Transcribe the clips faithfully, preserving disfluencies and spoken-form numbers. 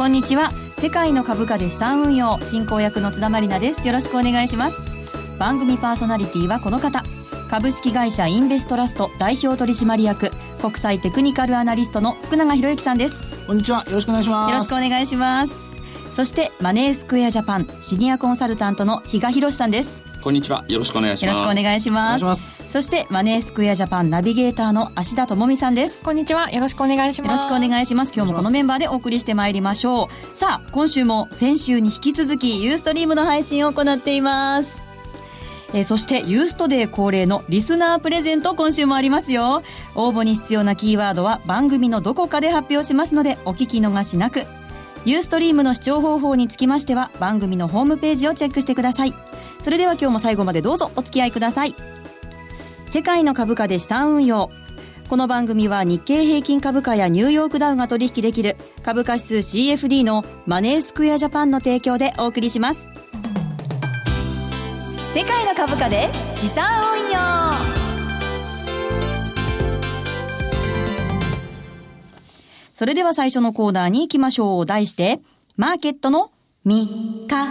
こんにちは。世界の株価で資産運用進行役の津田まりなです。よろしくお願いします。番組パーソナリティはこの方、株式会社インベストラスト代表取締役国際テクニカルアナリストの福永博之さんです。 こんにちは。よろしくお願いします。 よろしくお願いします。そしてマネースクエアジャパンシニアコンサルタントの比嘉博さんです。 こんにちは。よろしくお願いします。 よろしくお願いします。 お願いします。 そしてマネースクエアジャパンナビゲーターの芦田智美さんです。 こんにちは。よろしくお願いします。 よろしくお願いします。今日もこのメンバーでお送りしてまいりましょう。さあ、今週も先週に引き続きユーストリームの配信を行っています。えー、そしてユーストデー恒例のリスナープレゼント、今週もありますよ。応募に必要なキーワードは番組のどこかで発表しますのでお聞き逃しなく。ユーストリームの視聴方法につきましては番組のホームページをチェックしてください。それでは今日も最後までどうぞお付き合いください。世界の株価で資産運用。この番組は日経平均株価やニューヨークダウが取引できる株価指数 シーエフディー のマネースクエアジャパンの提供でお送りします。世界の株価で資産運用。それでは最初のコーナーに行きましょう。題してマーケットの見方。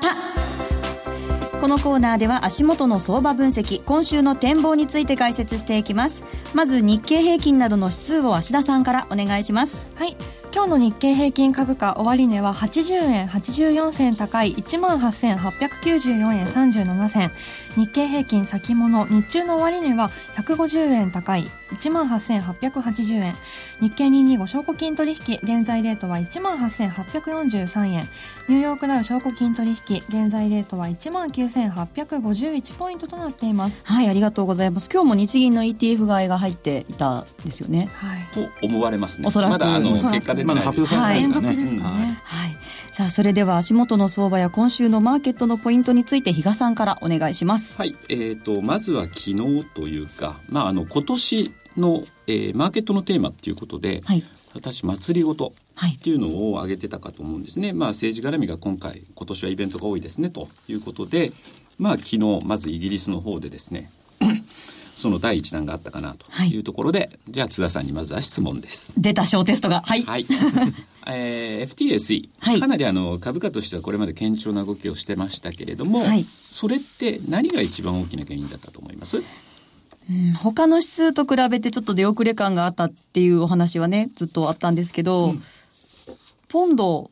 このコーナーでは足元の相場分析、今週の展望について解説していきます。まず日経平均などの指数を芦田さんからお願いします。 はい、今日の日経平均株価終値ははちじゅうえんはちじゅうよんせん高い いちまんはっせんはっぴゃくきゅうじゅうよんえんさんじゅうななせん。日経平均先物日中の終値はひゃくごじゅうえん高い いちまんはっせんはっぴゃくはちじゅうえん。日経にひゃくにじゅうご証拠金取引現在レートは いちまんはっせんはっぴゃくよんじゅうさんえん。ニューヨークダウ証拠金取引現在レートは いちまんきゅうせんはっぴゃくごじゅういちポイントとなっています。 はい、ありがとうございます。今日も日銀の イーティーエフ 買いが入っていたんですよね。 はい、 と思われますね。 おそらくまだあの結果出てないです。まだ発表されないですかね。 連続ですかね。 はい。さあ、それでは足元の相場や今週のマーケットのポイントについて比嘉さんからお願いします。 はい、えーとまずは昨日というか、まああの今年の、えー、マーケットのテーマっていうことで、はい、私祭りごとっていうのを挙げてたかと思うんですね。まあ政治絡みが今回今年はイベントが多いですねということで、まあ昨日まずイギリスの方でですねその第一弾があったかなというところで、はい、じゃあ津田さんにまずは質問です。 出た小テストがはい、 はいえー、エフティーエスイー、はい、かなりあの株価としてはこれまで堅調な動きをしてましたけれども、はい、それって何が一番大きな原因だったと思います？ うん、他の指数と比べてちょっと出遅れ感があったっていうお話はねずっとあったんですけど、うん、ポンド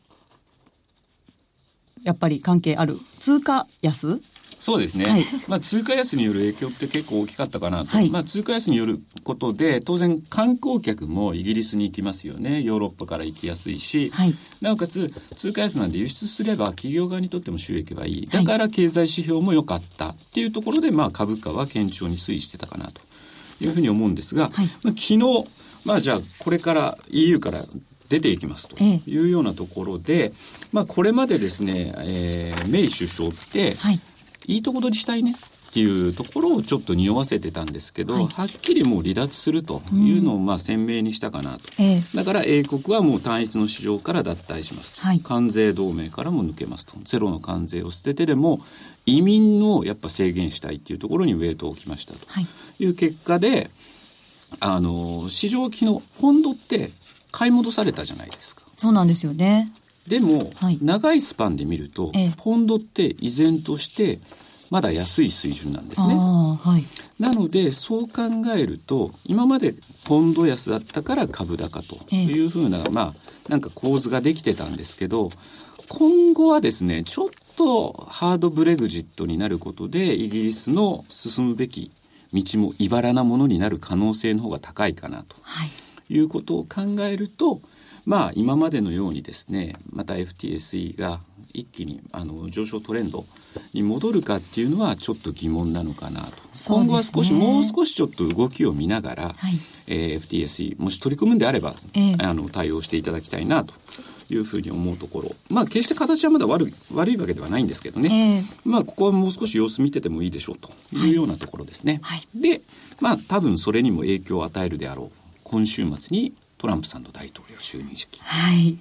やっぱり関係ある。通貨安？ そうですね、はい、まあ、通貨安による影響って結構大きかったかなと、はい、まあ、通貨安によることで当然観光客もイギリスに行きますよね。ヨーロッパから行きやすいし、はい、なおかつ通貨安なんで輸出すれば企業側にとっても収益はいい。だから経済指標も良かったっていうところで、まあ、株価は堅調に推移してたかなというふうに思うんですが、はい、まあ、昨日、まあ、じゃあこれから イーユー から出ていきますというようなところで、ええ、まあ、これまでですね、えー、メイ首相って、はい、いいとこ取りしたいねっていうところをちょっと匂わせてたんですけど、はい、はっきりもう離脱するというのをまあ鮮明にしたかなと、うん、だから英国はもう単一の市場から脱退しますと、はい、関税同盟からも抜けますと、ゼロの関税を捨ててでも移民のやっぱ制限したいっていうところにウェイトを置きましたという結果で、あの市場機能ポンドって買い戻されたじゃないですか。 そうなんですよね。 でも、はい、長いスパンで見ると、ええ、ポンドって依然としてまだ安い水準なんですね。あ、はい、なのでそう考えると今までポンド安だったから株高というふうな、ええ、まあなんか構図ができてたんですけど、今後はですねちょっとハードブレグジットになることでイギリスの進むべき道も茨なものになる可能性の方が高いかなと、はい、いうことを考えると、まあ、今までのようにですねまた エフティーエスイー が一気にあの上昇トレンドに戻るかっていうのはちょっと疑問なのかなと、ね、今後は少しもう少しちょっと動きを見ながら、はい、えー、エフティーエスイー もし取り組むんであれば、えー、あの対応していただきたいなというふうに思うところ、まあ決して形はまだ悪い、悪いわけではないんですけどね、えー、まあここはもう少し様子見ててもいいでしょうというようなところですね、はいはい、でまあ多分それにも影響を与えるであろう今週末にトランプさんの大統領就任式、 はい、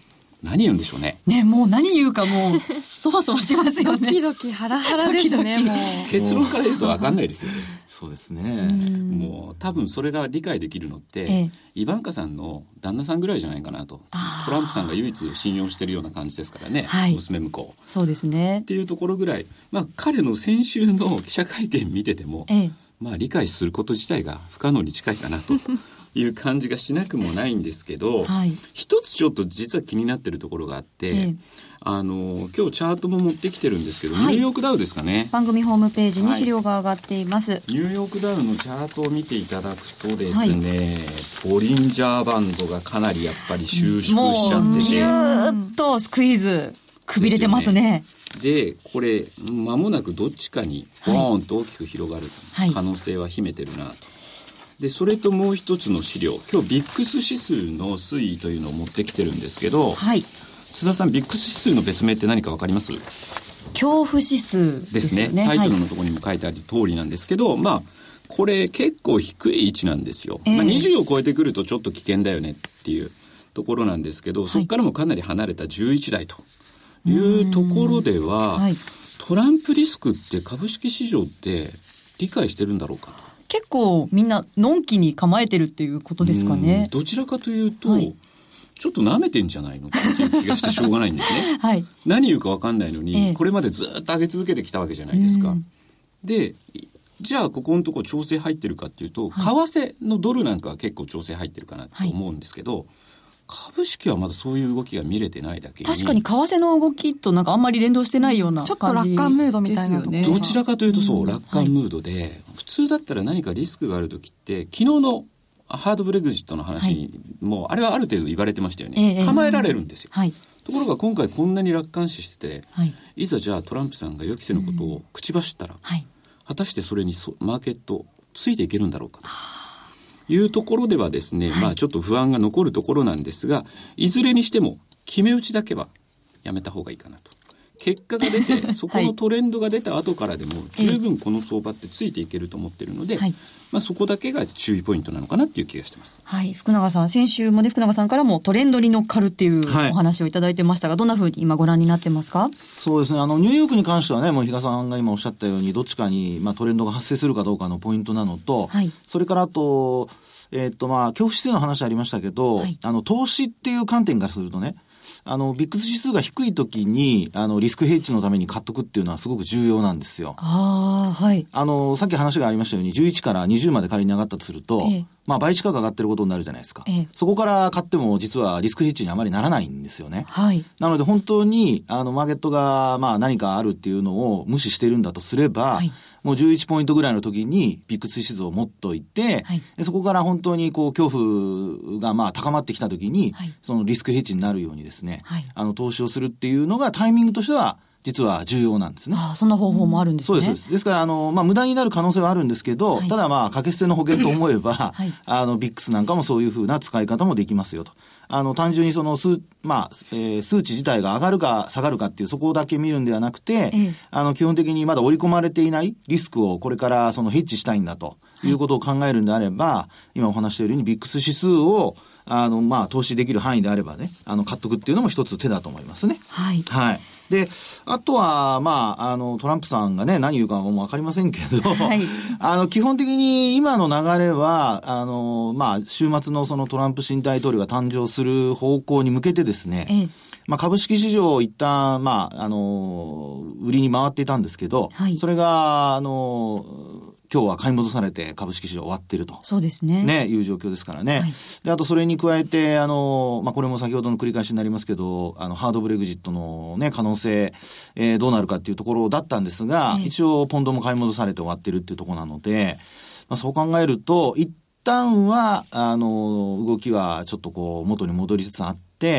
何言うんでしょうね。 ね、もう何言うかもう、そわそわしますよね。 ドキドキハラハラですね、もう。 結論から言うと分かんないですよね。 そうですね。 もう多分それが理解できるのって、ええ、イバンカさんの旦那さんぐらいじゃないかなと。トランプさんが唯一信用してるような感じですからね、はい、娘婿。 そうですね。 っていうところぐらい、まあ彼の先週の記者会見見てても、ええ、まあ理解すること自体が不可能に近いかなと。いう感じがしなくもないんですけど、はい、一つちょっと実は気になってるところがあって、ええ、あの今日チャートも持ってきてるんですけど、はい、ニューヨークダウですかね。 番組ホームページに資料が上がっています、はい、 ニューヨークダウのチャートを見ていただくとですね、はい、ボリンジャーバンドがかなりやっぱり収縮しちゃってて、もうギューッとスクイーズくびれてますね。 でこれ間もなくどっちかにボーンと大きく広がる可能性は秘めてるなと、はい。でそれともう一つの資料、今日ビックス指数の推移というのを持ってきてるんですけど、はい、津田さん、ビックス指数の別名って何か分かります？ 恐怖指数ですよね。 ですね。タイトルのところにも書いてある通りなんですけど、はい、まあこれ結構低い位置なんですよ、えーまあ、にじゅうを超えてくるとちょっと危険だよねっていうところなんですけど、そこからもかなり離れたじゅういちだいというところでは、はい、トランプリスクって株式市場って理解してるんだろうかと。 結構みんなのんきに構えてるっていうことですかね。 どちらかというと、はい、ちょっと舐めてんじゃないのっていう気がしてしょうがないんですね、はい、何言うか分かんないのに、ええ、これまでずっと上げ続けてきたわけじゃないですか。でじゃあここのところ調整入ってるかっていうと、はい、為替のドルなんかは結構調整入ってるかなと思うんですけど、はい、株式はまだそういう動きが見れてないだけに、 確かに為替の動きとなんかあんまり連動してないような感じですよね。 ちょっと楽観ムードみたいなところ、 どちらかというとそう、うん、楽観ムードで、はい、普通だったら何かリスクがある時って昨日のハードブレグジットの話に、はい、もうあれはある程度言われてましたよね、えー、構えられるんですよ、はい、ところが今回こんなに楽観視してて、はい、いざじゃあトランプさんが予期せぬことを口走ったら、うんはい、果たしてそれにそマーケットついていけるんだろうかというところではですね、はい、まあちょっと不安が残るところなんですが、いずれにしても決め打ちだけはやめた方がいいかなと。結果が出てそこのトレンドが出た後からでも十分この相場ってついていけると思ってるので、はい、まあ、そこだけが注意ポイントなのかなっていう気がしてます。 はい、福永さん、先週もね福永さんからもトレンドに乗っかるっていうお話をいただいてましたが、はい、どんなふうに今ご覧になってますか？ そうですね、あのニューヨークに関してはね、もう比嘉さんが今おっしゃったようにどっちかに、まあ、トレンドが発生するかどうかのポイントなのと、はい、それからあと、えーっとまあ、恐怖指数の話ありましたけど、はい、あの投資っていう観点からするとね、あのビックス指数が低い時にあのリスクヘッジのために買っとくっていうのはすごく重要なんですよ。 あ、はい、 あのさっき話がありましたようにじゅういちからにじゅうまで仮に上がったとすると、ええ、まあ、倍近く上がってることになるじゃないですか、ええ、そこから買っても実はリスクヘッジにあまりならないんですよね、はい、なので本当にあのマーケットがまあ何かあるっていうのを無視してるんだとすれば、はい、もうじゅういちポイントぐらいの時にビックス指数を持っといて、はい、でそこから本当にこう恐怖がまあ高まってきた時に、はい、そのリスクヘッジになるようにですね、はい、あの投資をするっていうのがタイミングとしては実は重要なんですね。 ああ、そんな方法もあるんですね。 そうですそうです。ですからあの、まあ、無駄になる可能性はあるんですけど、はい、ただまあ掛け捨ての保険と思えば、はい、あのビックスなんかもそういうふうな使い方もできますよと。あの単純にその数、まあえー、数値自体が上がるか下がるかっていうそこだけ見るんではなくて、ええ、あの基本的にまだ織り込まれていないリスクをこれからそのヘッジしたいんだということを考えるんであれば、はい、今お話しているようにビックス指数をあのまあ投資できる範囲であればね、あの買っとくっていうのも一つ手だと思いますね。はい。はい。で、あとは、まあ、あの、トランプさんがね、何言うかもわかりませんけど、はい、あの、基本的に今の流れは、あの、まあ、週末のそのトランプ新大統領が誕生する方向に向けてですね、ええ、まあ、株式市場一旦、まあ、あの、売りに回っていたんですけど、はい、それが、あの、今日は買い戻されて株式市場終わっていると。 そうですね。 ね、いう状況ですからね。はい、で、あとそれに加えて、あの、まあ、これも先ほどの繰り返しになりますけど、あの、ハードブレグジットのね、可能性、えー、どうなるかっていうところだったんですが、えー、一応ポンドも買い戻されて終わってるっていうところなので、まあ、そう考えると、一旦は、あの、動きはちょっとこう、元に戻りつつあって、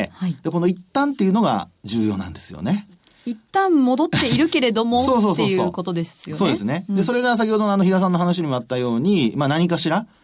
はい、で、この一旦っていうのが重要なんですよね。 一旦戻っているけれどもそうそうそうそうっていうことですよね。 そうですね。うん、で、それが先ほどのあの、比嘉さんの話にもあったように、まあ何かしら、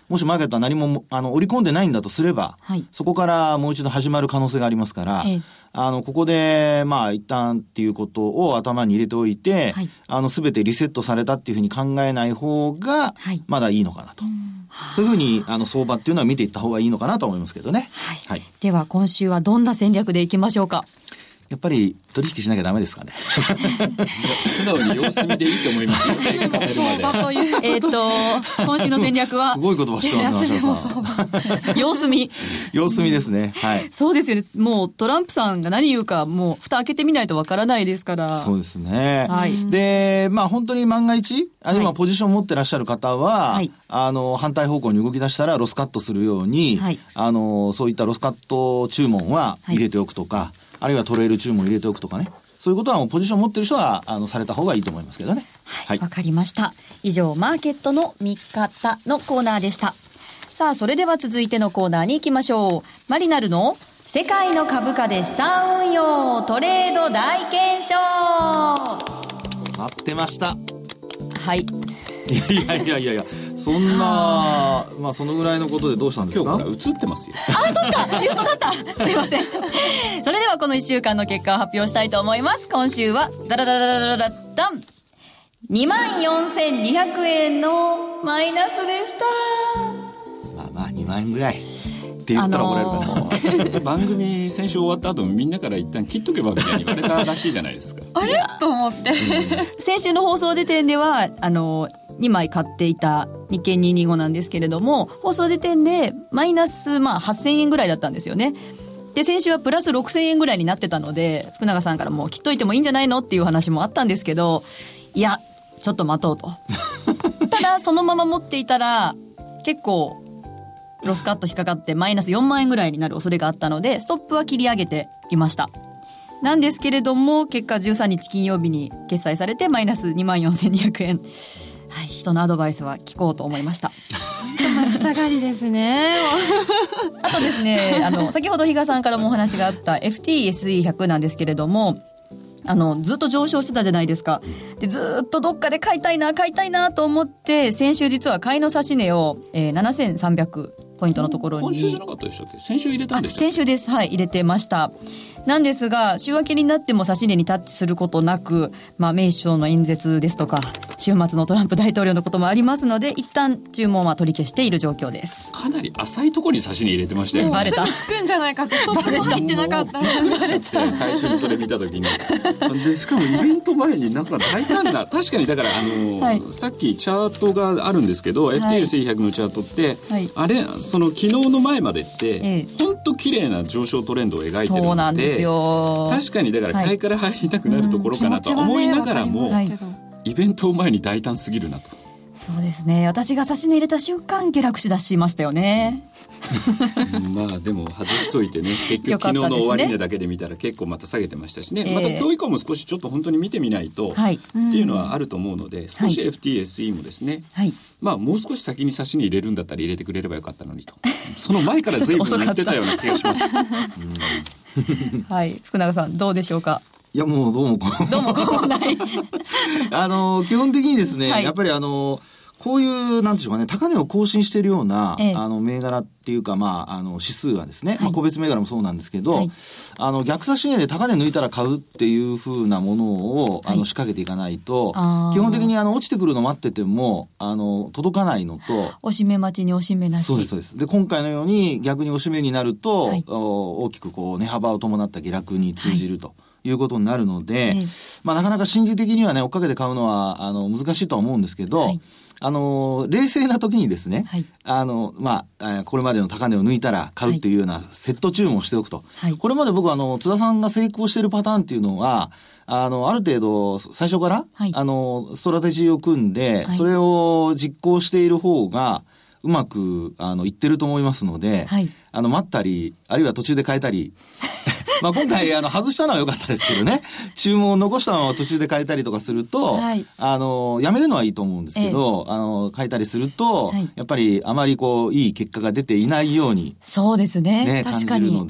もしマーケットは何もあの織り込んでないんだとすれば、はい、そこからもう一度始まる可能性がありますから、ええ、あのここでまあ一旦っていうことを頭に入れておいて、はい、あの全てリセットされたっていうふうに考えない方がまだいいのかなと、はい、そういうふうにあの相場っていうのは見ていった方がいいのかなと思いますけどね、 はいはい、では今週はどんな戦略でいきましょうか。 やっぱり取引しなきゃダメですかね。 素直に様子見でいいと思いますよ。 えっと今週の戦略はすごい言葉してますね、橋さん。様子見。 様子見ですね。はい。 そうですよね。もうトランプさんが何言うかもう蓋開けてみないとわからないですから。 そうですね。はい。で、まあ本当に万が一、あ今ポジション持ってらっしゃる方は、はい、あの反対方向に動き出したらロスカットするように、はい、あのそういったロスカット注文は入れておくとか。はい、あるいはトレール注文入れておくとかね。そういうことはもうポジション持ってる人はあのされた方がいいと思いますけどね。 はい。わ、はい、かりました。以上、マーケットの見方のコーナーでした。さあ、それでは続いてのコーナーに行きましょう。マリナルの世界の株価で資産運用トレード大検証。 待ってました。 はい。 いやいやいやいや。そんなまあそのぐらいのことでどうしたんですか。 今日から映ってますよ。 あ、そっか、嘘だった。すいません。それではこのいっしゅうかんの結果を発表したいと思います。今週はダラダラダラダラダン にまんよんせんにひゃくえんのマイナスでした。 まあまあにまんえんぐらいって言ったらもらえるかな、あのー、番組先週終わった後みんなから一旦切っとけばみたいに言われたらしいじゃないですか。 あれと思って、うん、 先週の放送時点ではあのーにまい買っていた日経にひゃくにじゅうごなんですけれども、放送時点でマイナスまあはっせんえんぐらいだったんですよね。で先週はプラスろくせんえんぐらいになってたので、福永さんからもう切っといてもいいんじゃないのっていう話もあったんですけど、いやちょっと待とうとただそのまま持っていたら結構ロスカット引っかかってマイナスよんまんえんぐらいになる恐れがあったので、ストップは切り上げていました。なんですけれども結果じゅうさんにち金曜日に決済されてマイナス にまんよんせんにひゃくえん、はい、人のアドバイスは聞こうと思いました。 待ちたがりですね。 あとですね、あの先ほど比嘉さんからもお話があった エフティーエスイーひゃく なんですけれども、あのずっと上昇してたじゃないですか。でずっとどっかで買いたいな買いたいなと思って先週実は買いの指値を、えー、ななせんさんびゃくポイントのところに、 今週じゃなかったでしたっけ。先週入れたんでしたっけ。 先週です。はい、入れてました。なんですが週明けになっても指値にタッチすることなく、まあ、メイ首相の演説ですとか週末のトランプ大統領のこともありますので一旦注文は取り消している状況です。 かなり浅いところに指値入れてましたよね。 バレた。 すぐつくんじゃないかってストップも入ってなかった。 バレた。最初にそれ見た時にでしかもイベント前になんか大胆な確かにだからあの、はい、さっきチャートがあるんですけど、はい、エフティーエスイーひゃく のチャートって、はい、あれその昨日の前までって、ええ、本当綺麗な上昇トレンドを描いてるので、 そうなんですよ。 確かにだから買いから入りたくなるところかなと思いながらも、はい、イベントを前に大胆すぎるなと。 そうですね。私が指値入れた瞬間下落し出しましたよね。 まあでも外しといてね、結局昨日の終値だけで見たら結構また下げてましたしね、えー、また今日以降も少しちょっと本当に見てみないと、はい、っていうのはあると思うので、少し エフティーエスイー もですね、はい、まあもう少し先に指値入れるんだったら入れてくれればよかったのにとその前から随分言ってたような気がします。 うんはい、福永さんどうでしょうか。 いやもうどうもこうどうもこうもないあの基本的にですね、はい、やっぱりあのこういうなんでしょうかね、高値を更新しているような、ええ、あの銘柄っていうか、まあ、あの指数はですね、はい、まあ、個別銘柄もそうなんですけど、はい、あの逆差し値で高値抜いたら買うっていう風なものを、はい、あの仕掛けていかないと、基本的にあの落ちてくるの待っててもあの届かないのと、 おしめ待ちにおしめなし。 そうですそうです。で今回のように逆におしめになると、はい、大きくこう値幅を伴った下落に通じると。はいいうことになるので、ええ、まあなかなか心理的にはね追っかけて買うのはあの難しいとは思うんですけど、はい、あの冷静な時にですね、はい、あのまあこれまでの高値を抜いたら買うっていうようなセット注文をしておくと、はい、これまで僕はあの津田さんが成功しているパターンっていうのはあのある程度最初から、はい、あのストラテジーを組んで、はい、それを実行している方がうまくあのいってると思いますので、はい、あの待ったりあるいは途中で変えたりまあ今回あの外したのは良かったですけどね、注文を残したまま途中で変えたりとかすると、はい、あのやめるのはいいと思うんですけど、ええ、あの変えたりすると、はい、やっぱりあまりこういい結果が出ていないように、 そうですね、 ね、感じるので、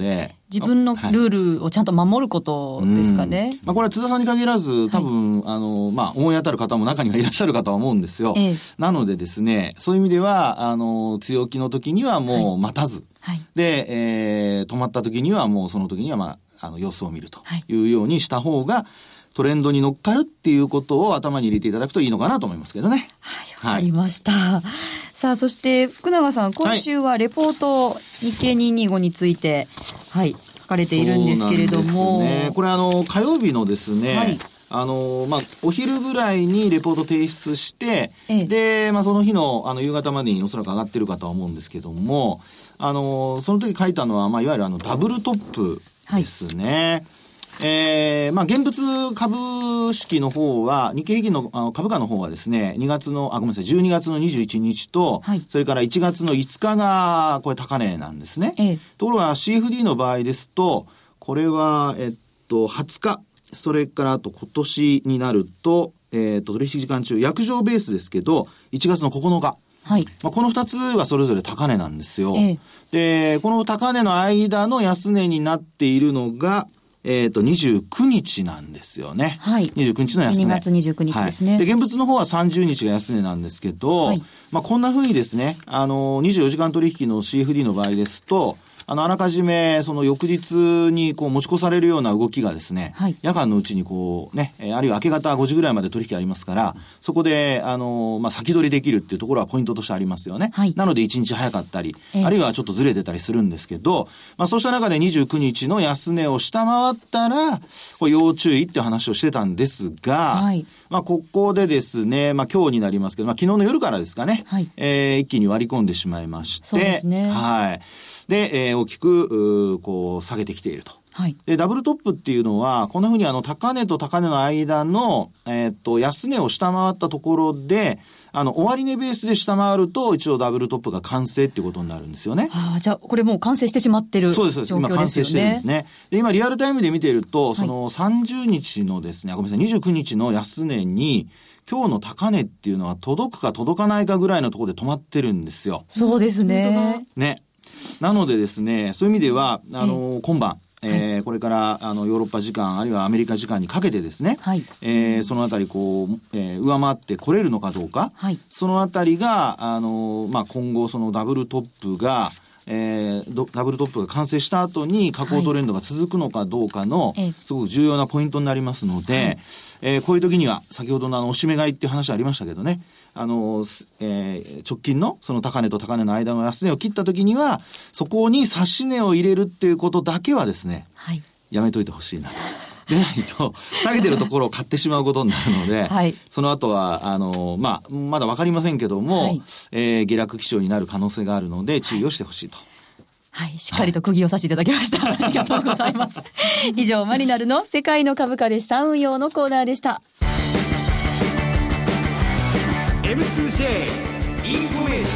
自分のルールをちゃんと守ることですかね。はい、 まあ、これは津田さんに限らず、多分、はい、あの、まあ、思い当たる方も中にはいらっしゃるかとは思うんですよ。ええ、なのでですね、そういう意味では、あの、強気の時にはもう待たず、はいはい、で、えー、止まった時にはもうその時には、まあ、あの、様子を見るというようにした方が、トレンドに乗っかるっていうことを頭に入れていただくといいのかなと思いますけどね。 はい、わかりました。はい、さあ、そして福永さん、今週はレポート、はい、日経にひゃくにじゅうごについて、はい、書かれているんですけれども。 そうなんですね。これあの、火曜日のですね、はい、あの、まあ、お昼ぐらいにレポート提出して、ええ、で、まあ、その日の、あの、夕方までにおそらく上がってるかとは思うんですけども、あの、その時書いたのは、まあ、いわゆるあの、ダブルトップですね。はい、えー、まあ、現物株式の方は、日経平均のあの株価の方はですね、にがつの、あ、ごめんなさい、じゅうにがつのにじゅういちにちと、はい、それからいちがつのいつかが、これ高値なんですね。ええ、ところが シーエフディー の場合ですと、これは、えっと、はつか、それからあと今年になると、えっと、取引時間中、約定ベースですけど、いちがつのここのか。はい。まあ、この二つはそれぞれ高値なんですよ。ええ、で、この高値の間の安値になっているのが、えっと、にじゅうくにちなんですよね。はい。にじゅうくにちの安値。 じゅうにがつにじゅうくにちですね。 はい、で、現物の方はさんじゅうにちが安値なんですけど、はい、まあ、こんな風にですね、あの、にじゅうよじかん取引の シーエフディー の場合ですと、あの、あらかじめ、その翌日にこう持ち越されるような動きがですね、はい、夜間のうちにこうね、あるいは明け方ごじぐらいまで取引ありますから、そこで、あの、まあ、先取りできるっていうところはポイントとしてありますよね。はい、なのでいちにち早かったり、えー、あるいはちょっとずれてたりするんですけど、まあ、そうした中でにじゅうくにちの安値を下回ったら、これ要注意って話をしてたんですが、はい、まあ、ここでですね、まあ、今日になりますけど、まあ、昨日の夜からですかね、はい、えー、一気に割り込んでしまいまして、 そうですね。 はい。で、えー、大きく、こう、下げてきていると。はい。で、ダブルトップっていうのは、こんな風にあの、高値と高値の間の、えー、っと、安値を下回ったところで、あの、終値ベースで下回ると、一応ダブルトップが完成っていうことになるんですよね。 はあ、じゃあ、これもう完成してしまってる状況ですよね。そうです、 今完成してるんですね。で、今リアルタイムで見ていると、そのさんじゅうにちのですね、ごめんなさい、にじゅうくにちの安値に、今日の高値っていうのは届くか届かないかぐらいのところで止まってるんですよ。 そうですね。 ね。なのでですね、そういう意味では、あの、今晩、えーはい、これからあのヨーロッパ時間あるいはアメリカ時間にかけてですね、はい、えー、そのあたりこう、えー、上回ってこれるのかどうか、はい、そのあたりがあの、まあ、今後そのダブルトップがえー、ダブルトップが完成した後に下降トレンドが続くのかどうかのすごく重要なポイントになりますので、はい、えー、こういう時には先ほどのあの押し目買いっていう話ありましたけどね、あの、えー、直近のその高値と高値の間の安値を切った時にはそこに差し値を入れるっていうことだけはですね、はい、やめといてほしいなと。でないと下げてるところを買ってしまうことになるので、はい、その後はあの、まあ、まだ分かりませんけども、はい、えー、下落基調になる可能性があるので注意をしてほしいと。 はい、しっかりと釘を刺していただきました。はい、ありがとうございます。以上、マリナルの世界の株価でした。運用のコーナーでした。エムツージェー インフォメーション。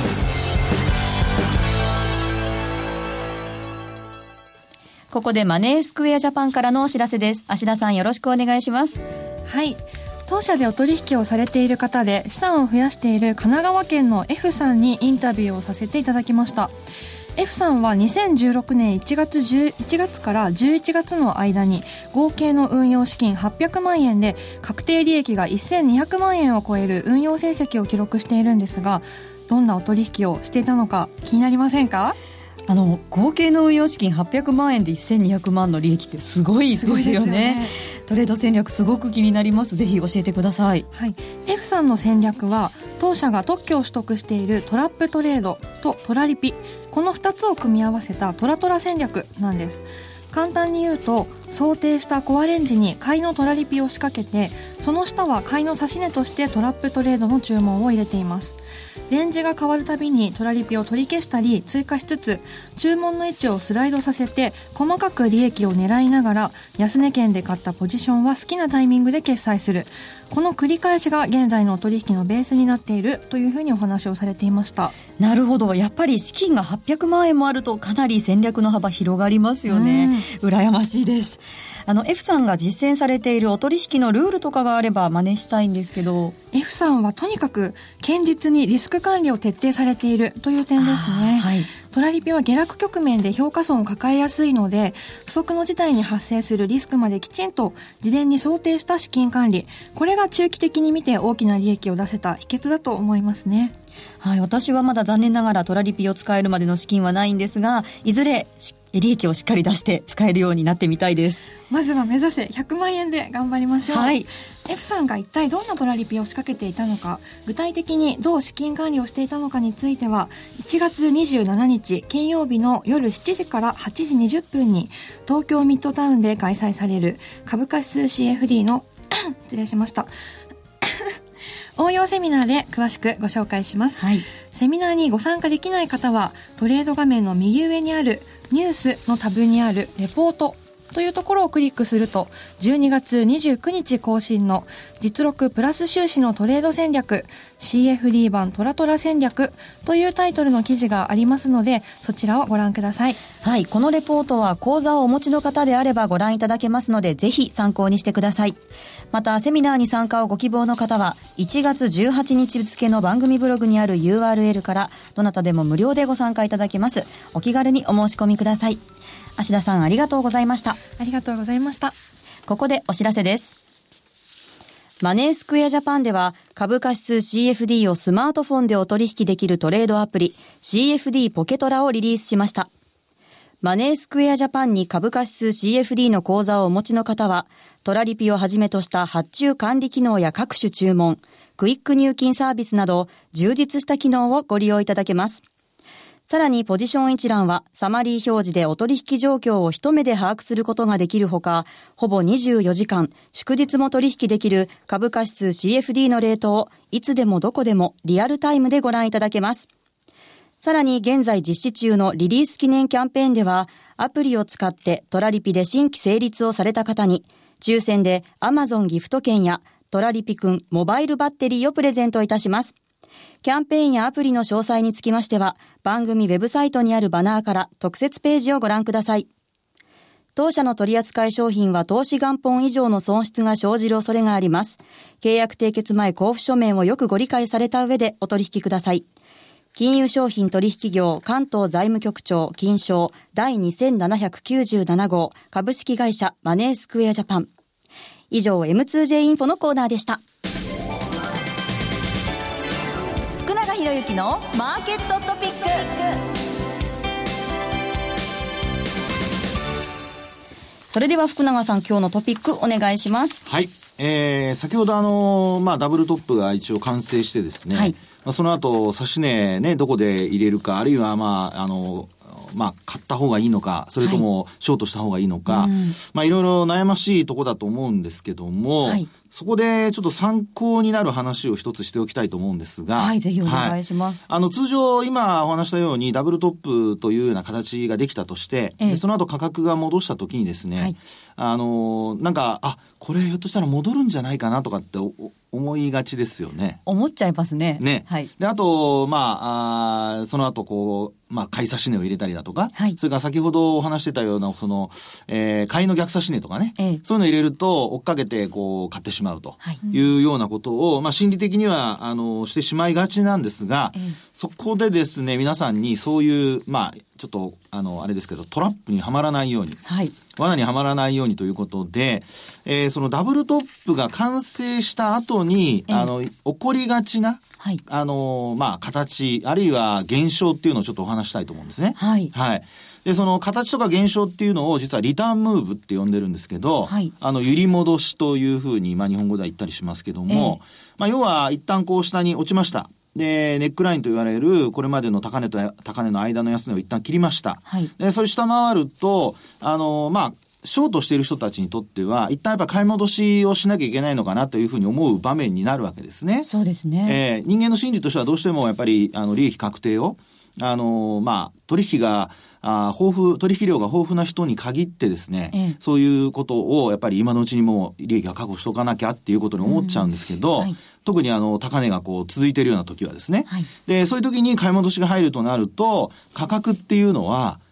ここでマネースクエアジャパンからのお知らせです。芦田さん、よろしくお願いします。 はい。当社でお取引をされている方で資産を増やしている神奈川県の F さんにインタビューをさせていただきました。F さんはにせんじゅうろくねんいちがつからじゅういちがつの間に合計の運用資金はっぴゃくまんえんで確定利益がせんにひゃくまんえんを超える運用成績を記録しているんですが、どんなお取引をしていたのか気になりませんか？ あの合計の運用資金はっぴゃくまんえんでせんにひゃくまんの利益ってすごいですよね。すごいですよね。トレード戦略すごく気になります。ぜひ教えてください。 はい、F さんの戦略は当社が特許を取得しているトラップトレードとトラリピ、このふたつを組み合わせたトラトラ戦略なんです。簡単に言うと、想定したコアレンジに買いのトラリピを仕掛けて、その下は買いの指し値としてトラップトレードの注文を入れています。レンジが変わるたびにトラリピを取り消したり追加しつつ、注文の位置をスライドさせて細かく利益を狙いながら、安値圏で買ったポジションは好きなタイミングで決済する、この繰り返しが現在の取引のベースになっているというふうにお話をされていました。 なるほど。やっぱり資金がはっぴゃくまんえんもあるとかなり戦略の幅広がりますよね。羨ましいです。 あの F さんが実践されているお取引のルールとかがあれば真似したいんですけど。 F さんはとにかく堅実にリスク管理を徹底されているという点ですね。はい、トラリピは下落局面で評価損を抱えやすいので、不測の事態に発生するリスクまできちんと事前に想定した資金管理、これが中期的に見て大きな利益を出せた秘訣だと思いますね。 はい、私はまだ残念ながらトラリピを使えるまでの資金はないんですが、いずれ利益をしっかり出して使えるようになってみたいです。 まずは目指せひゃくまんえんで頑張りましょう。はい、F さんが一体どんなトラリピを仕掛けていたのか、具体的にどう資金管理をしていたのかについては、いちがつにじゅうしちにち金曜日の夜しちじからはちじにじゅっぷんに東京ミッドタウンで開催される株価指数 シーエフディー の失礼しました応用セミナーで詳しくご紹介します。はい、セミナーにご参加できない方は、トレード画面の右上にあるニュースのタブにあるレポートというところをクリックすると、じゅうにがつにじゅうくにち更新の実録プラス収支のトレード戦略 シーエフディー 版トラトラ戦略というタイトルの記事がありますので、そちらをご覧ください。 はい、このレポートは講座をお持ちの方であればご覧いただけますので、ぜひ参考にしてください。またセミナーに参加をご希望の方はいちがつじゅうはちにち付の番組ブログにある ユーアールエル からどなたでも無料でご参加いただけます。お気軽にお申し込みください。芦田さん、ありがとうございました。 ありがとうございました。 ここでお知らせです。マネースクエアジャパンでは株価指数 シーエフディー をスマートフォンでお取引できるトレードアプリ シーエフディー ポケトラをリリースしました。マネースクエアジャパンに株価指数 シーエフディー の口座をお持ちの方は、トラリピをはじめとした発注管理機能や各種注文、クイック入金サービスなど充実した機能をご利用いただけます。さらにポジション一覧はサマリー表示でお取引状況を一目で把握することができるほか、ほぼにじゅうよじかん祝日も取引できる株価指数 シーエフディー のレートをいつでもどこでもリアルタイムでご覧いただけます。さらに現在実施中のリリース記念キャンペーンでは、アプリを使ってトラリピで新規成立をされた方に抽選で Amazon ギフト券やトラリピくんモバイルバッテリーをプレゼントいたします。キャンペーンやアプリの詳細につきましては、番組ウェブサイトにあるバナーから特設ページをご覧ください。当社の取扱い商品は投資元本以上の損失が生じる恐れがあります。契約締結前交付書面をよくご理解された上でお取引ください。金融商品取引業関東財務局長金商第にせんななひゃくきゅうじゅうなな号株式会社マネースクエアジャパン。以上 エムツージェー インフォのコーナーでした。福永博之のマーケットトピック。それでは福永さん、今日のトピックお願いします。 はい、えー、先ほどあの、まあ、ダブルトップが一応完成してですね、はい、まあ、その後指し値ね、どこで入れるか、あるいはまああのまあ、買った方がいいのか、それともショートした方がいいのか、はい、まあいろいろ悩ましいとこだと思うんですけども、はい、そこでちょっと参考になる話を一つしておきたいと思うんですが、 はい、ぜひお願いします。 はい、あの通常今お話したようにダブルトップというような形ができたとして、ええ、でその後価格が戻した時にですね、はい、あのなんかあこれひょっとしたら戻るんじゃないかなとかって思いがちですよね。 思っちゃいますね。 ね。はい。で、あと、まあ、あその後、こう、まあ、買い差し値を入れたりだとか、はい、それから先ほどお話してたような、その、えー、買いの逆差し値とかね、ええ、そういうのを入れると、追っかけて、こう、買ってしまうというようなことを、はい、まあ、心理的には、あの、してしまいがちなんですが、ええ、そこでですね、皆さんにそういう、まあ、ちょっと、あの、あれですけど、トラップにはまらないように、はい、罠にはまらないようにということで、えー、そのダブルトップが完成した後に、えー、あの、起こりがちな、はい、あの、まあ、形、あるいは現象っていうのをちょっとお話したいと思うんですね。はい。はい。で、その形とか現象っていうのを実はリターンムーブって呼んでるんですけど、はい、あの、揺り戻しというふうに、まあ、日本語では言ったりしますけども、えー、まあ、要は一旦こう下に落ちました。で、ネックラインと言われる、これまでの高値と高値の間の安値を一旦切りました。はい。で、それ下回ると、あの、まあ、ショートしている人たちにとっては、一旦やっぱ買い戻しをしなきゃいけないのかなというふうに思う場面になるわけですね。 そうですね。 えー、人間の心理としてはどうしてもやっぱり、あの、利益確定を、あの、まあ、取引が、あ豊富、取引量が豊富な人に限ってですね、ええ、そういうことをやっぱり今のうちにもう利益が確保しておかなきゃっていうことに思っちゃうんですけど、うんはい、特にあの高値がこう続いているような時はですね、はい、でそういう時に買い戻しが入るとなると価格っていうのは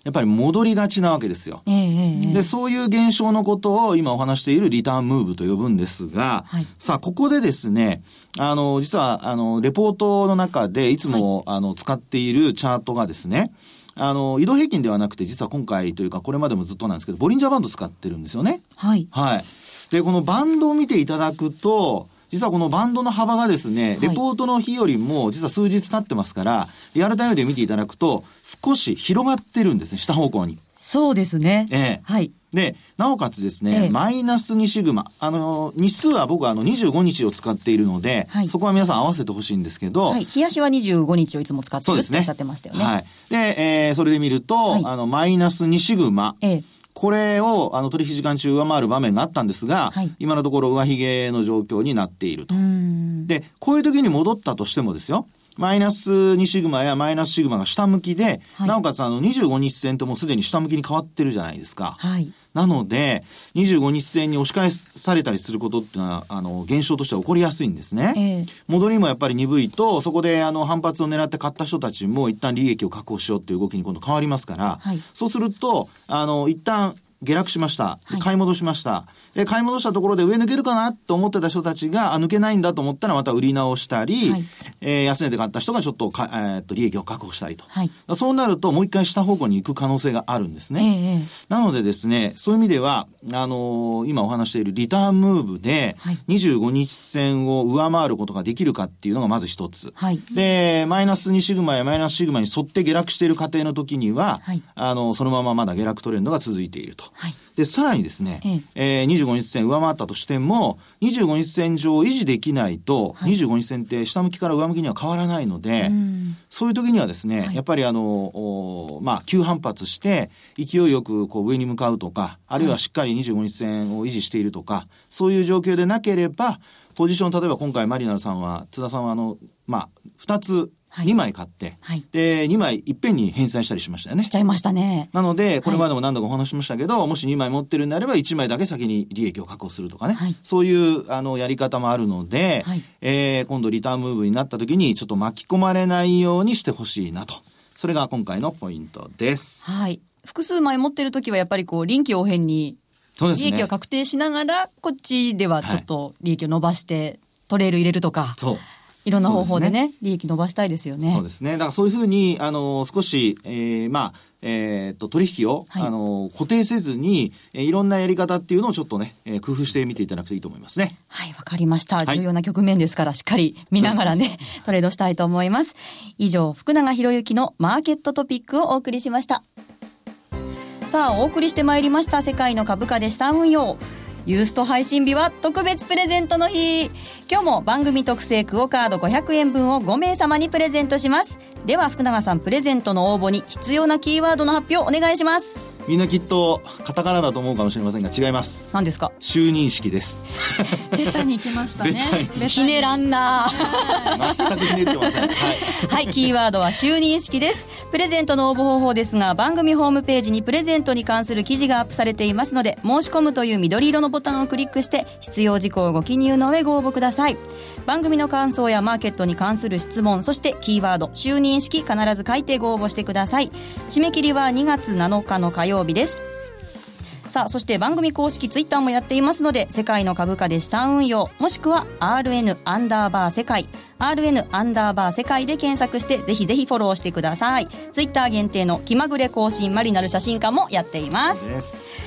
やっぱり戻りがちなわけですよ。えー、で、そういう現象のことを今お話しているリターンムーブと呼ぶんですが、はい、さあ、ここでですね、あの、実は、あの、レポートの中でいつも、はい、あの、使っているチャートがですね、あの、移動平均ではなくて、実は今回というか、これまでもずっとなんですけど、ボリンジャーバンド使ってるんですよね。はい。はい。で、このバンドを見ていただくと、実はこのバンドの幅がですね、レポートの日よりも実は数日経ってますから、リアルタイムで見ていただくと、少し広がってるんですね、下方向に。 そうですね。 ええ。はい。で、なおかつですね、ええ、マイナスにシグマ。あの、日数は僕はあのにじゅうごにちを使っているので、はい、そこは皆さん合わせてほしいんですけど、はい。 日足はにじゅうごにちをいつも使ってるっておっしゃってましたよね。はい。 で、えー、それで見ると、はい、あの、マイナスにシグマ。ええ。これを、あの、取引時間中上回る場面があったんですが、はい、今のところ上髭の状況になっていると。で、こういう時に戻ったとしてもですよ、マイナスにシグマやマイナスシグマが下向きで、はい、なおかつあのにじゅうごにち線ともすでに下向きに変わってるじゃないですか。はい。なので、にじゅうごにち線に押し返されたりすることっていうのは、あの、現象としては起こりやすいんですね。えー、戻りもやっぱり鈍いと、そこであの、反発を狙って買った人たちも一旦利益を確保しようっていう動きに今度変わりますから、はい、そうすると、あの、一旦、下落しました。買い戻しました。はい、で、買い戻したところで上抜けるかなと思ってた人たちが、あ、抜けないんだと思ったらまた売り直したり、はい、えー、安値で買った人がちょっとか、えー、っと、利益を確保したりと。はい、そうなると、もう一回下方向に行く可能性があるんですね。えー、なのでですね、そういう意味では、あのー、今お話しているリターンムーブで、にじゅうごにち線を上回ることができるかっていうのがまず一つ。はい、で、マイナスにシグマやマイナスシグマに沿って下落している過程の時には、はい、あの、そのまままだ下落トレンドが続いていると。はい、で、さらにですね、えええー、にじゅうごにち線上回ったとしても、にじゅうごにち線上を維持できないと、はい、にじゅうごにち線って下向きから上向きには変わらないので、うん、そういう時にはですね、はい、やっぱりあの、まあ、急反発して、勢いよくこう上に向かうとか、あるいはしっかりにじゅうごにち線を維持しているとか、そういう状況でなければ、ポジション、例えば今回マリナルさんは、津田さんはあの、まあ、二つ、はい、にまい買って、はい、で、にまいいっぺんに返済したりしましたよね。 しちゃいましたね。 なので、これまでも何度かお話しましたけど、はい、もしにまい持ってるんであれば、いちまいだけ先に利益を確保するとかね。はい、そういう、あの、やり方もあるので、はい、えー、今度リターンムーブになった時に、ちょっと巻き込まれないようにしてほしいなと。それが今回のポイントです。 はい。複数枚持ってる時は、やっぱりこう、臨機応変に、利益を確定しながら、こっちではちょっと利益を伸ばして、トレール入れるとか。そう。いろんな方法で ね, でね利益伸ばしたいですよね。 そうですね。だからそういうふうにあの少し、えー、まあえー、っと取引を、はい、あの固定せずに、えー、いろんなやり方っていうのをちょっとね、えー、工夫してみていただくといいと思いますね。 はい、わかりました。重要な局面ですから、しっかり見ながらねトレードしたいと思います。以上、福永博之のマーケットトピックをお送りしました。さあ、お送りしてまいりました世界の株価で資産運用。ユースト配信日は特別プレゼントの日。今日も番組特製クオカードごひゃくえんぶんをごめい様にプレゼントします。では福永さん、プレゼントの応募に必要なキーワードの発表お願いします。 みんなきっとカタカナだと思うかもしれませんが違います。 何ですか？ 就任式です。 ベタに行きましたね。 ひねらんな全くひねってません。はい、 はい、キーワードは就任式です。プレゼントの応募方法ですが、番組ホームページにプレゼントに関する記事がアップされていますので、申し込むという緑色のボタンをクリックして必要事項をご記入の上ご応募ください。番組の感想やマーケットに関する質問、そしてキーワード就任式必ず書いてご応募してください。締め切りはにがつなのかの火曜日です。さあ、そして番組公式ツイッターもやっていますので、世界の株価で資産運用、もしくは アールエヌ アンダーバー世界 アールエヌ アンダーバー世界で検索してぜひぜひフォローしてください。ツイッター限定の気まぐれ更新マリナル写真館もやっています。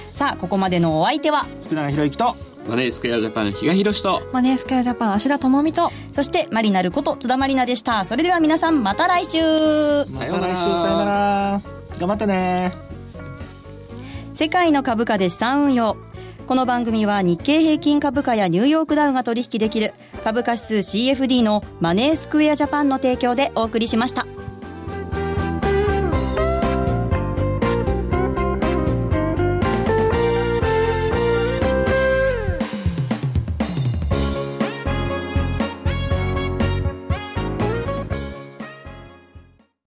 さあ、ここまでのお相手は福永博之とマネースクエアジャパン比嘉宏とマネースクエアジャパン芦田智美と、 そしてマリナルこと津田マリナでした。それでは皆さん、また来週。 さようなら。さようなら。頑張ってね。 世界の株価で資産運用。この番組は日経平均株価やニューヨークダウが取引できる株価指数 シーエフディー のマネースクエアジャパンの提供でお送りしました。